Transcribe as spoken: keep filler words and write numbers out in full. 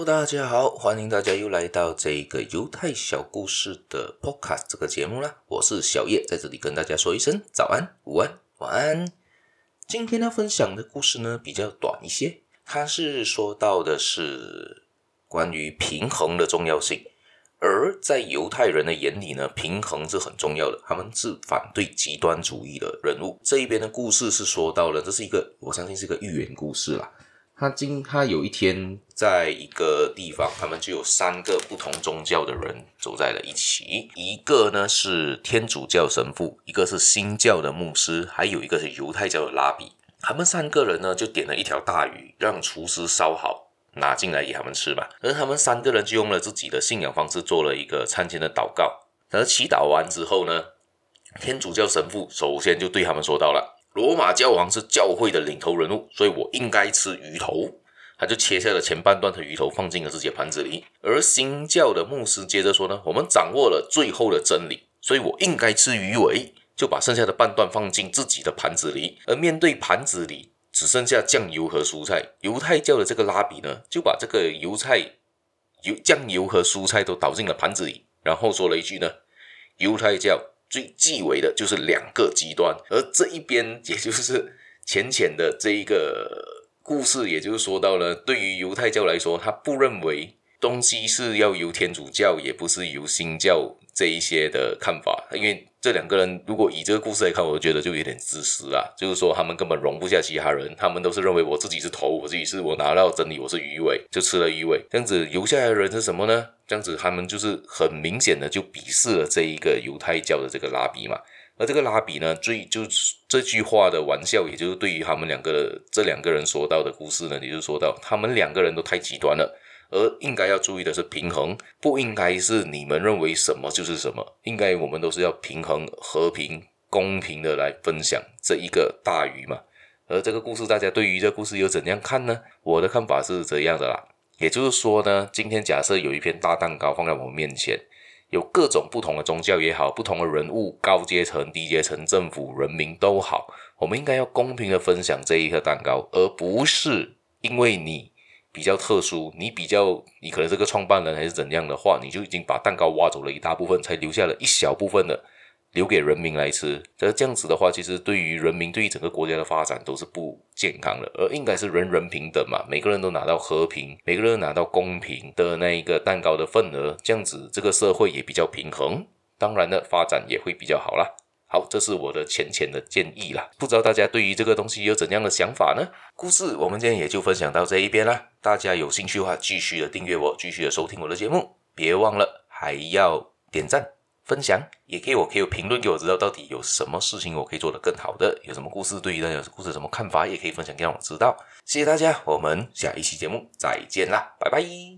Hello， 大家好，欢迎大家又来到这个犹太小故事的 Podcast 这个节目啦。我是小叶，在这里跟大家说一声早安、午安、晚安。今天要分享的故事呢比较短一些，它是说到的是关于平衡的重要性。而在犹太人的眼里呢，平衡是很重要的，他们是反对极端主义的人物。这一边的故事是说到了，这是一个我相信是一个寓言故事啦。他今他有一天在一个地方，他们就有三个不同宗教的人走在了一起，一个呢是天主教神父，一个是新教的牧师，还有一个是犹太教的拉比。他们三个人呢就点了一条大鱼，让厨师烧好拿进来给他们吃嘛。而他们三个人就用了自己的信仰方式做了一个餐前的祷告。而祈祷完之后呢，天主教神父首先就对他们说到了，罗马教皇是教会的领头人物，所以我应该吃鱼头。他就切下了前半段的鱼头放进了自己的盘子里。而新教的牧师接着说呢，我们掌握了最后的真理，所以我应该吃鱼尾，就把剩下的半段放进自己的盘子里。而面对盘子里只剩下酱油和蔬菜，犹太教的这个拉比呢，就把这个油菜油酱油和蔬菜都倒进了盘子里，然后说了一句呢，犹太教最忌讳的就是两个极端。而这一边也就是浅浅的这一个故事，也就是说到了，对于犹太教来说，他不认为东西是要由天主教也不是由新教这一些的看法。因为这两个人如果以这个故事来看，我觉得就有点自私啦，就是说他们根本容不下其他人，他们都是认为我自己是头，我自己是我拿到真理，我是鱼尾，就吃了鱼尾。这样子留下来的人是什么呢？这样子他们就是很明显的就鄙视了这一个犹太教的这个拉比嘛。而这个拉比呢，最就是这句话的玩笑，也就是对于他们两个这两个人说到的故事呢，也就是说到他们两个人都太极端了。而应该要注意的是平衡，不应该是你们认为什么就是什么，应该我们都是要平衡、和平、公平的来分享这一个大鱼嘛。而这个故事大家对于这个故事又怎样看呢？我的看法是这样的啦，也就是说呢，今天假设有一片大蛋糕放在我们面前，有各种不同的宗教也好，不同的人物，高阶层、低阶层、政府、人民都好，我们应该要公平的分享这一颗蛋糕，而不是因为你比较特殊，你比较你可能是个创办人还是怎样的话，你就已经把蛋糕挖走了一大部分，才留下了一小部分的留给人民来吃。这样子的话，其实对于人民对于整个国家的发展都是不健康的，而应该是人人平等嘛，每个人都拿到和平，每个人都拿到公平的那一个蛋糕的份额，这样子这个社会也比较平衡，当然了，发展也会比较好啦。好，这是我的浅浅的建议啦，不知道大家对于这个东西有怎样的想法呢？故事我们今天也就分享到这一边啦，大家有兴趣的话，继续的订阅我，继续的收听我的节目，别忘了还要点赞、分享，也可以我可以评论给我知道到底有什么事情我可以做得更好的，有什么故事对于大家有故事什么看法，也可以分享给我知道。谢谢大家，我们下一期节目再见啦，拜拜。